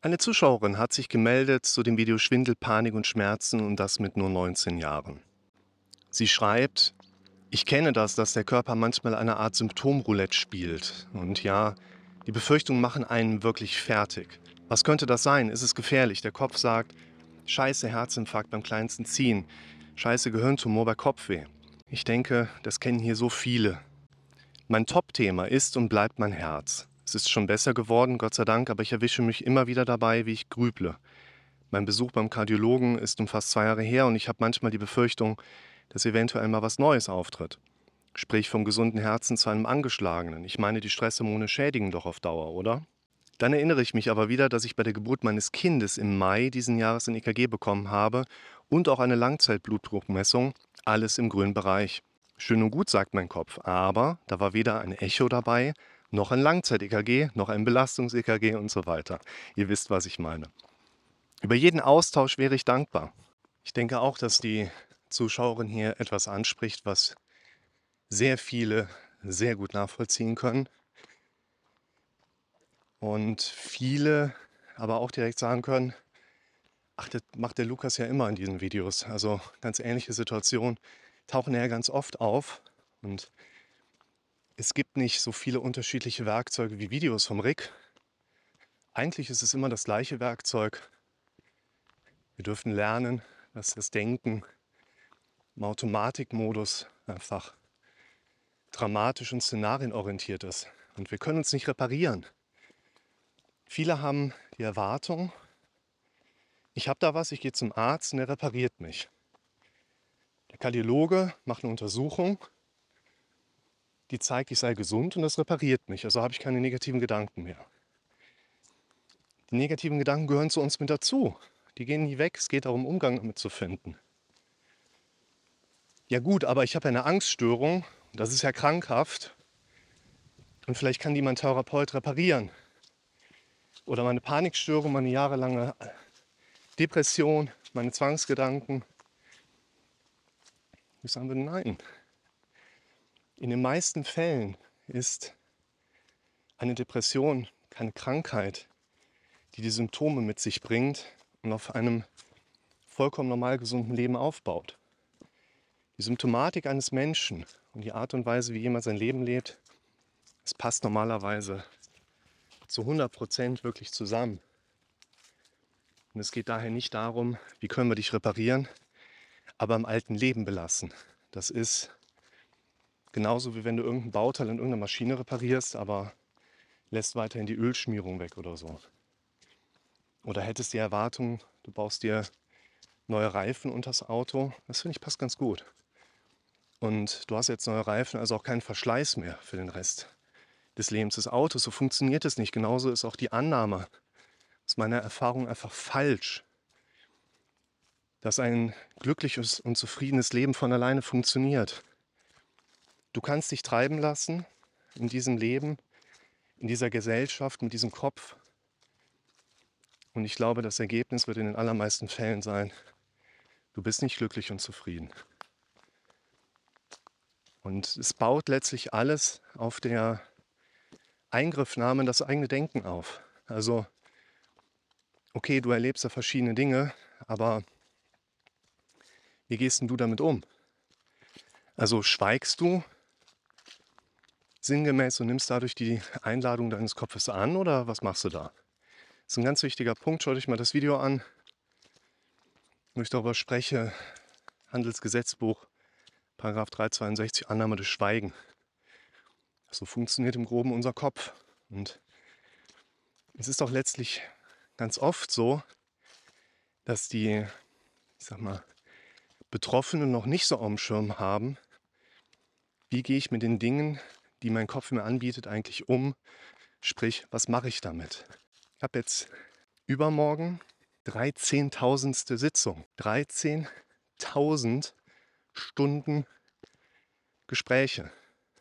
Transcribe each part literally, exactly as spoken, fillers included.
Eine Zuschauerin hat sich gemeldet zu dem Video Schwindel, Panik und Schmerzen und das mit nur neunzehn Jahren. Sie schreibt, ich kenne das, dass der Körper manchmal eine Art Symptomroulette spielt. Und ja, die Befürchtungen machen einen wirklich fertig. Was könnte das sein? Ist es gefährlich? Der Kopf sagt, scheiße Herzinfarkt beim kleinsten Ziehen, scheiße Gehirntumor bei Kopfweh. Ich denke, das kennen hier so viele. Mein Top-Thema ist und bleibt mein Herz. Es ist schon besser geworden, Gott sei Dank, aber ich erwische mich immer wieder dabei, wie ich grüble. Mein Besuch beim Kardiologen ist um fast zwei Jahre her und ich habe manchmal die Befürchtung, dass eventuell mal was Neues auftritt. Sprich vom gesunden Herzen zu einem angeschlagenen. Ich meine, die Stresshormone schädigen doch auf Dauer, oder? Dann erinnere ich mich aber wieder, dass ich bei der Geburt meines Kindes im Mai diesen Jahres ein E K G bekommen habe und auch eine Langzeitblutdruckmessung, alles im grünen Bereich. Schön und gut, sagt mein Kopf, aber da war weder ein Echo dabei, noch ein Langzeit-E K G, noch ein Belastungs-E K G und so weiter. Ihr wisst, was ich meine. Über jeden Austausch wäre ich dankbar. Ich denke auch, dass die Zuschauerin hier etwas anspricht, was sehr viele sehr gut nachvollziehen können. Und viele aber auch direkt sagen können, ach, das macht der Lukas ja immer in diesen Videos. Also ganz ähnliche Situationen tauchen ja ganz oft auf. Und es gibt nicht so viele unterschiedliche Werkzeuge wie Videos vom Rick. Eigentlich ist es immer das gleiche Werkzeug. Wir dürfen lernen, dass das Denken im Automatikmodus einfach dramatisch und szenarienorientiert ist. Und wir können uns nicht reparieren. Viele haben die Erwartung, ich habe da was, ich gehe zum Arzt und der repariert mich. Der Kardiologe macht eine Untersuchung, die zeigt, ich sei gesund und das repariert mich. Also habe ich keine negativen Gedanken mehr. Die negativen Gedanken gehören zu uns mit dazu. Die gehen nie weg, es geht darum, Umgang damit zu finden. Ja gut, aber ich habe eine Angststörung, das ist ja krankhaft und vielleicht kann die mein Therapeut reparieren. Oder meine Panikstörung, meine jahrelange Depression, meine Zwangsgedanken. Ich sage nein. In den meisten Fällen ist eine Depression keine Krankheit, die die Symptome mit sich bringt und auf einem vollkommen normal gesunden Leben aufbaut. Die Symptomatik eines Menschen und die Art und Weise, wie jemand sein Leben lebt, es passt normalerweise zu hundert Prozent wirklich zusammen. Und es geht daher nicht darum, wie können wir dich reparieren, aber im alten Leben belassen. Das ist genauso wie wenn du irgendein Bauteil in irgendeiner Maschine reparierst, aber lässt weiterhin die Ölschmierung weg oder so. Oder hättest die Erwartung, du baust dir neue Reifen unter das Auto. Das finde ich passt ganz gut. Und du hast jetzt neue Reifen, also auch keinen Verschleiß mehr für den Rest des Lebens des Autos. So funktioniert es nicht. Genauso ist auch die Annahme aus meiner Erfahrung einfach falsch, dass ein glückliches und zufriedenes Leben von alleine funktioniert. Du kannst dich treiben lassen in diesem Leben, in dieser Gesellschaft, mit diesem Kopf. Und ich glaube, das Ergebnis wird in den allermeisten Fällen sein, du bist nicht glücklich und zufrieden. Und es baut letztlich alles auf der Eingriffnahme in das eigene Denken auf. Also, okay, du erlebst da verschiedene Dinge, aber wie gehst denn du damit um? Also schweigst du sinngemäß und nimmst dadurch die Einladung deines Kopfes an oder was machst du da? Das ist ein ganz wichtiger Punkt. Schau dich mal das Video an, wo ich darüber spreche. Handelsgesetzbuch, Paragraph dreihundertzweiundsechzig, Annahme des Schweigen. So funktioniert im Groben unser Kopf. Und es ist doch letztlich ganz oft so, dass die, ich sag mal, Betroffenen noch nicht so auf dem Schirm haben, wie gehe ich mit den Dingen, die mein Kopf mir anbietet, eigentlich um? Sprich, was mache ich damit? Ich habe jetzt übermorgen dreizehntausendste Sitzung. dreizehntausend Stunden Gespräche.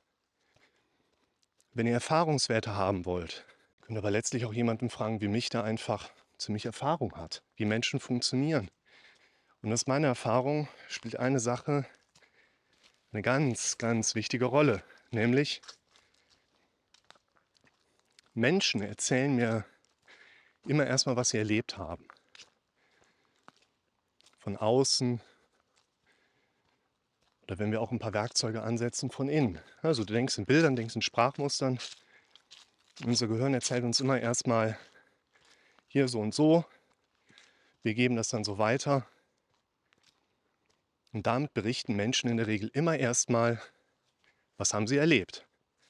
Wenn ihr Erfahrungswerte haben wollt, könnt ihr aber letztlich auch jemanden fragen wie mich, der einfach ziemlich Erfahrung hat, wie Menschen funktionieren. Und aus meiner Erfahrung spielt eine Sache eine ganz, ganz wichtige Rolle, nämlich Menschen erzählen mir immer erstmal, was sie erlebt haben. Von außen oder wenn wir auch ein paar Werkzeuge ansetzen, von innen. Also du denkst in Bildern, denkst in Sprachmustern. Unser Gehirn erzählt uns immer erstmal hier so und so. Wir geben das dann so weiter. Und damit berichten Menschen in der Regel immer erstmal, was haben sie erlebt.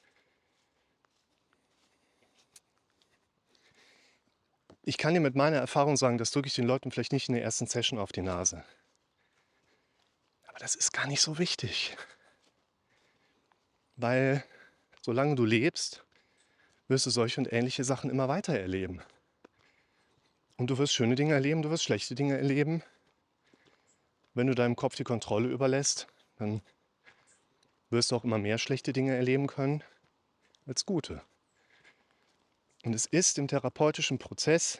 Ich kann dir mit meiner Erfahrung sagen, das drücke ich den Leuten vielleicht nicht in der ersten Session auf die Nase. Aber das ist gar nicht so wichtig. Weil solange du lebst, wirst du solche und ähnliche Sachen immer weiter erleben. Und du wirst schöne Dinge erleben, du wirst schlechte Dinge erleben. Wenn du deinem Kopf die Kontrolle überlässt, dann wirst du auch immer mehr schlechte Dinge erleben können als gute. Und es ist im therapeutischen Prozess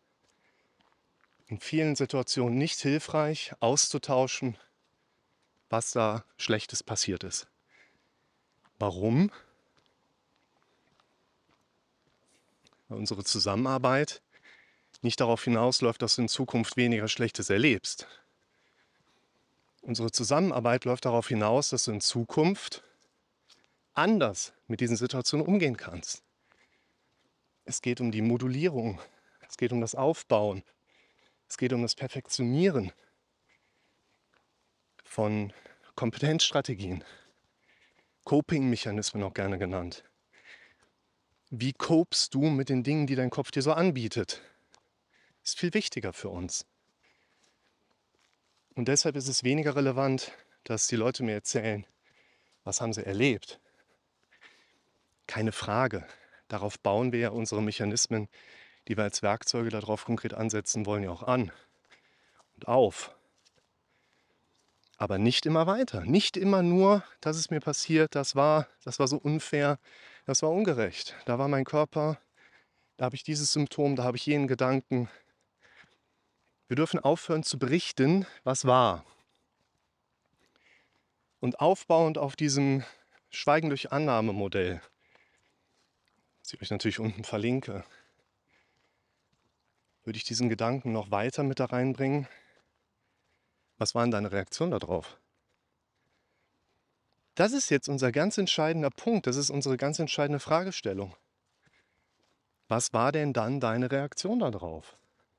in vielen Situationen nicht hilfreich, auszutauschen, was da Schlechtes passiert ist. Warum? Weil unsere Zusammenarbeit nicht darauf hinausläuft, dass du in Zukunft weniger Schlechtes erlebst. Unsere Zusammenarbeit läuft darauf hinaus, dass du in Zukunft anders mit diesen Situationen umgehen kannst. Es geht um die Modulierung, es geht um das Aufbauen, es geht um das Perfektionieren von Kompetenzstrategien, Coping-Mechanismen auch gerne genannt. Wie copest du mit den Dingen, die dein Kopf dir so anbietet? Ist viel wichtiger für uns. Und deshalb ist es weniger relevant, dass die Leute mir erzählen, was haben sie erlebt. Keine Frage. Darauf bauen wir ja unsere Mechanismen, die wir als Werkzeuge darauf konkret ansetzen wollen, ja auch an und auf. Aber nicht immer weiter. Nicht immer nur, das ist mir passiert, das war, das war so unfair, das war ungerecht. Da war mein Körper, da habe ich dieses Symptom, da habe ich jenen Gedanken. Wir dürfen aufhören zu berichten, was war. Und aufbauend auf diesem Schweigen durch Annahme-Modell, das ich euch natürlich unten verlinke, würde ich diesen Gedanken noch weiter mit da reinbringen. Was war denn deine Reaktion darauf? Das ist jetzt unser ganz entscheidender Punkt, das ist unsere ganz entscheidende Fragestellung. Was war denn dann deine Reaktion darauf?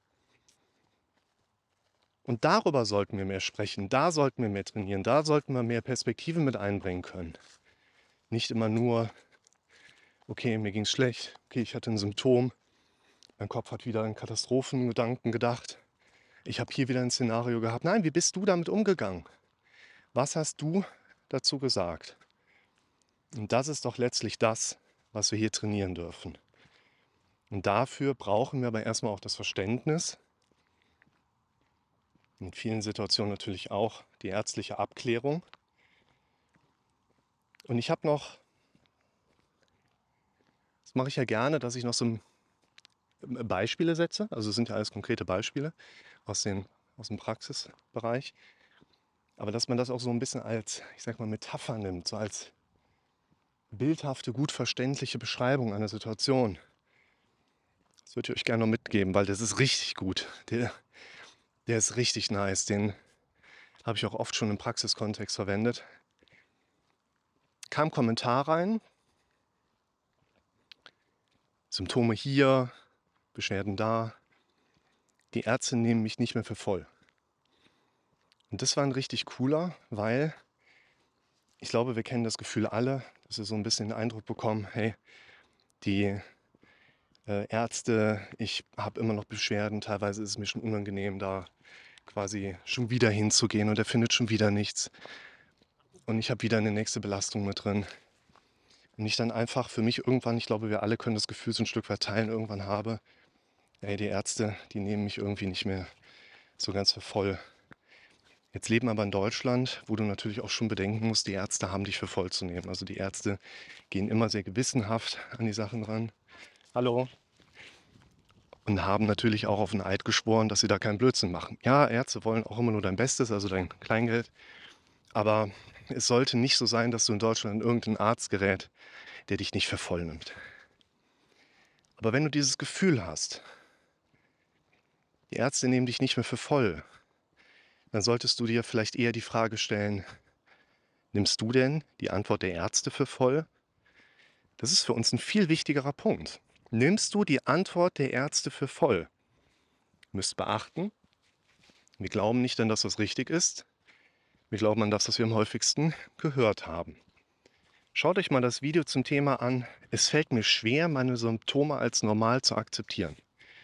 Und darüber sollten wir mehr sprechen, da sollten wir mehr trainieren, da sollten wir mehr Perspektiven mit einbringen können. Nicht immer nur, okay, mir ging es schlecht, okay, ich hatte ein Symptom, mein Kopf hat wieder an Katastrophengedanken gedacht, ich habe hier wieder ein Szenario gehabt. Nein, wie bist du damit umgegangen? Was hast du dazu gesagt? Und das ist doch letztlich das, was wir hier trainieren dürfen. Und dafür brauchen wir aber erstmal auch das Verständnis, in vielen Situationen natürlich auch die ärztliche Abklärung. Und ich habe noch, das mache ich ja gerne, dass ich noch so Beispiele setze. Also es sind ja alles konkrete Beispiele aus, den, aus dem Praxisbereich. Aber dass man das auch so ein bisschen als, ich sag mal, Metapher nimmt, so als bildhafte, gut verständliche Beschreibung einer Situation. Das würde ich euch gerne noch mitgeben, weil das ist richtig gut. Der, der ist richtig nice. Den habe ich auch oft schon im Praxiskontext verwendet. Kam Kommentar rein. Symptome hier, Beschwerden da. Die Ärzte nehmen mich nicht mehr für voll. Und das war ein richtig cooler, weil ich glaube, wir kennen das Gefühl alle, dass wir so ein bisschen den Eindruck bekommen, hey, die äh, Ärzte, ich habe immer noch Beschwerden, teilweise ist es mir schon unangenehm, da quasi schon wieder hinzugehen und er findet schon wieder nichts. Und ich habe wieder eine nächste Belastung mit drin. Und ich dann einfach für mich irgendwann, ich glaube, wir alle können das Gefühl so ein Stück weit teilen, irgendwann habe, ey, die Ärzte, die nehmen mich irgendwie nicht mehr so ganz für voll. Jetzt leben wir aber in Deutschland, wo du natürlich auch schon bedenken musst, die Ärzte haben dich für voll zu nehmen. Also die Ärzte gehen immer sehr gewissenhaft an die Sachen ran. Hallo. Und haben natürlich auch auf den Eid geschworen, dass sie da keinen Blödsinn machen. Ja, Ärzte wollen auch immer nur dein Bestes, also dein Kleingeld. Aber es sollte nicht so sein, dass du in Deutschland an irgendeinen Arzt gerät, der dich nicht für voll nimmt. Aber wenn du dieses Gefühl hast, Die Ärzte nehmen dich nicht mehr für voll. Dann solltest du dir vielleicht eher die Frage stellen, nimmst du denn die Antwort der Ärzte für voll? Das ist für uns ein viel wichtigerer Punkt. Nimmst du die Antwort der Ärzte für voll? Ihr müsst beachten, wir glauben nicht an das, was richtig ist. Wir glauben an das, was wir am häufigsten gehört haben. Schaut euch mal das Video zum Thema an. Es fällt mir schwer, meine Symptome als normal zu akzeptieren.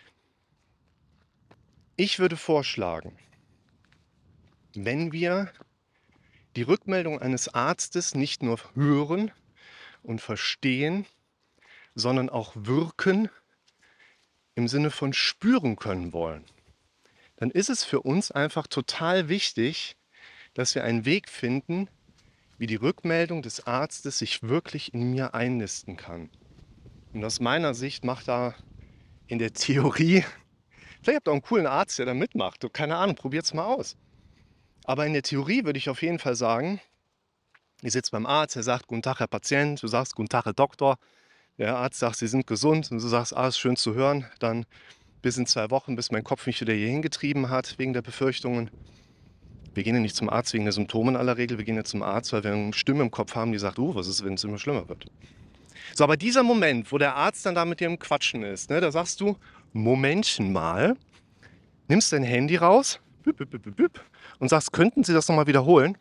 Ich würde vorschlagen, wenn wir die Rückmeldung eines Arztes nicht nur hören und verstehen, sondern auch wirken im Sinne von spüren können wollen, dann ist es für uns einfach total wichtig, dass wir einen Weg finden, wie die Rückmeldung des Arztes sich wirklich in mir einnisten kann. Und aus meiner Sicht macht da in der Theorie, vielleicht habt ihr auch einen coolen Arzt, der da mitmacht, keine Ahnung, probiert es mal aus. Aber in der Theorie würde ich auf jeden Fall sagen, ihr sitzt beim Arzt, er sagt, guten Tag, Herr Patient, du sagst, guten Tag, Herr Doktor. Der Arzt sagt, Sie sind gesund und du sagst, ah, ist schön zu hören. Dann bis in zwei Wochen, bis mein Kopf mich wieder hier hingetrieben hat, wegen der Befürchtungen. Wir gehen ja nicht zum Arzt wegen der Symptome in aller Regel, wir gehen ja zum Arzt, weil wir eine Stimme im Kopf haben, die sagt, oh, was ist, wenn es immer schlimmer wird. So, aber dieser Moment, wo der Arzt dann da mit dir im Quatschen ist, ne, da sagst du, Momentchen mal, nimmst dein Handy raus büp, büp, büp, büp, und sagst, könnten Sie das nochmal wiederholen?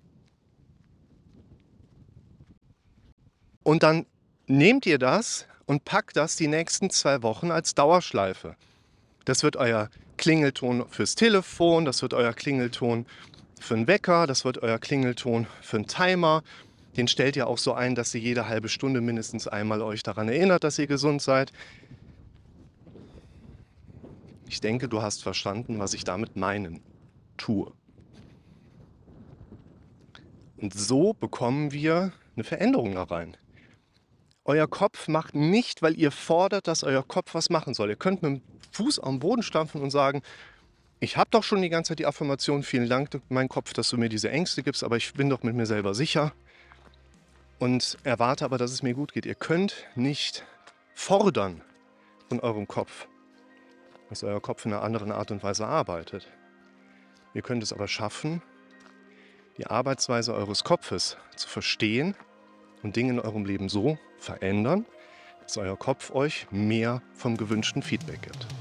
Und dann nehmt ihr das und packt das die nächsten zwei Wochen als Dauerschleife. Das wird euer Klingelton fürs Telefon, das wird euer Klingelton für einen Wecker, das wird euer Klingelton für einen Timer. Den stellt ihr auch so ein, dass ihr jede halbe Stunde mindestens einmal euch daran erinnert, dass ihr gesund seid. Ich denke, du hast verstanden, was ich damit meinen tue. Und so bekommen wir eine Veränderung da rein. Euer Kopf macht nicht, weil ihr fordert, dass euer Kopf was machen soll. Ihr könnt mit dem Fuß am Boden stampfen und sagen, ich habe doch schon die ganze Zeit die Affirmation, vielen Dank, mein Kopf, dass du mir diese Ängste gibst, aber ich bin doch mit mir selber sicher und erwarte aber, dass es mir gut geht. Ihr könnt nicht fordern von eurem Kopf, dass euer Kopf in einer anderen Art und Weise arbeitet. Ihr könnt es aber schaffen, die Arbeitsweise eures Kopfes zu verstehen und Dinge in eurem Leben so verändern, dass euer Kopf euch mehr vom gewünschten Feedback gibt.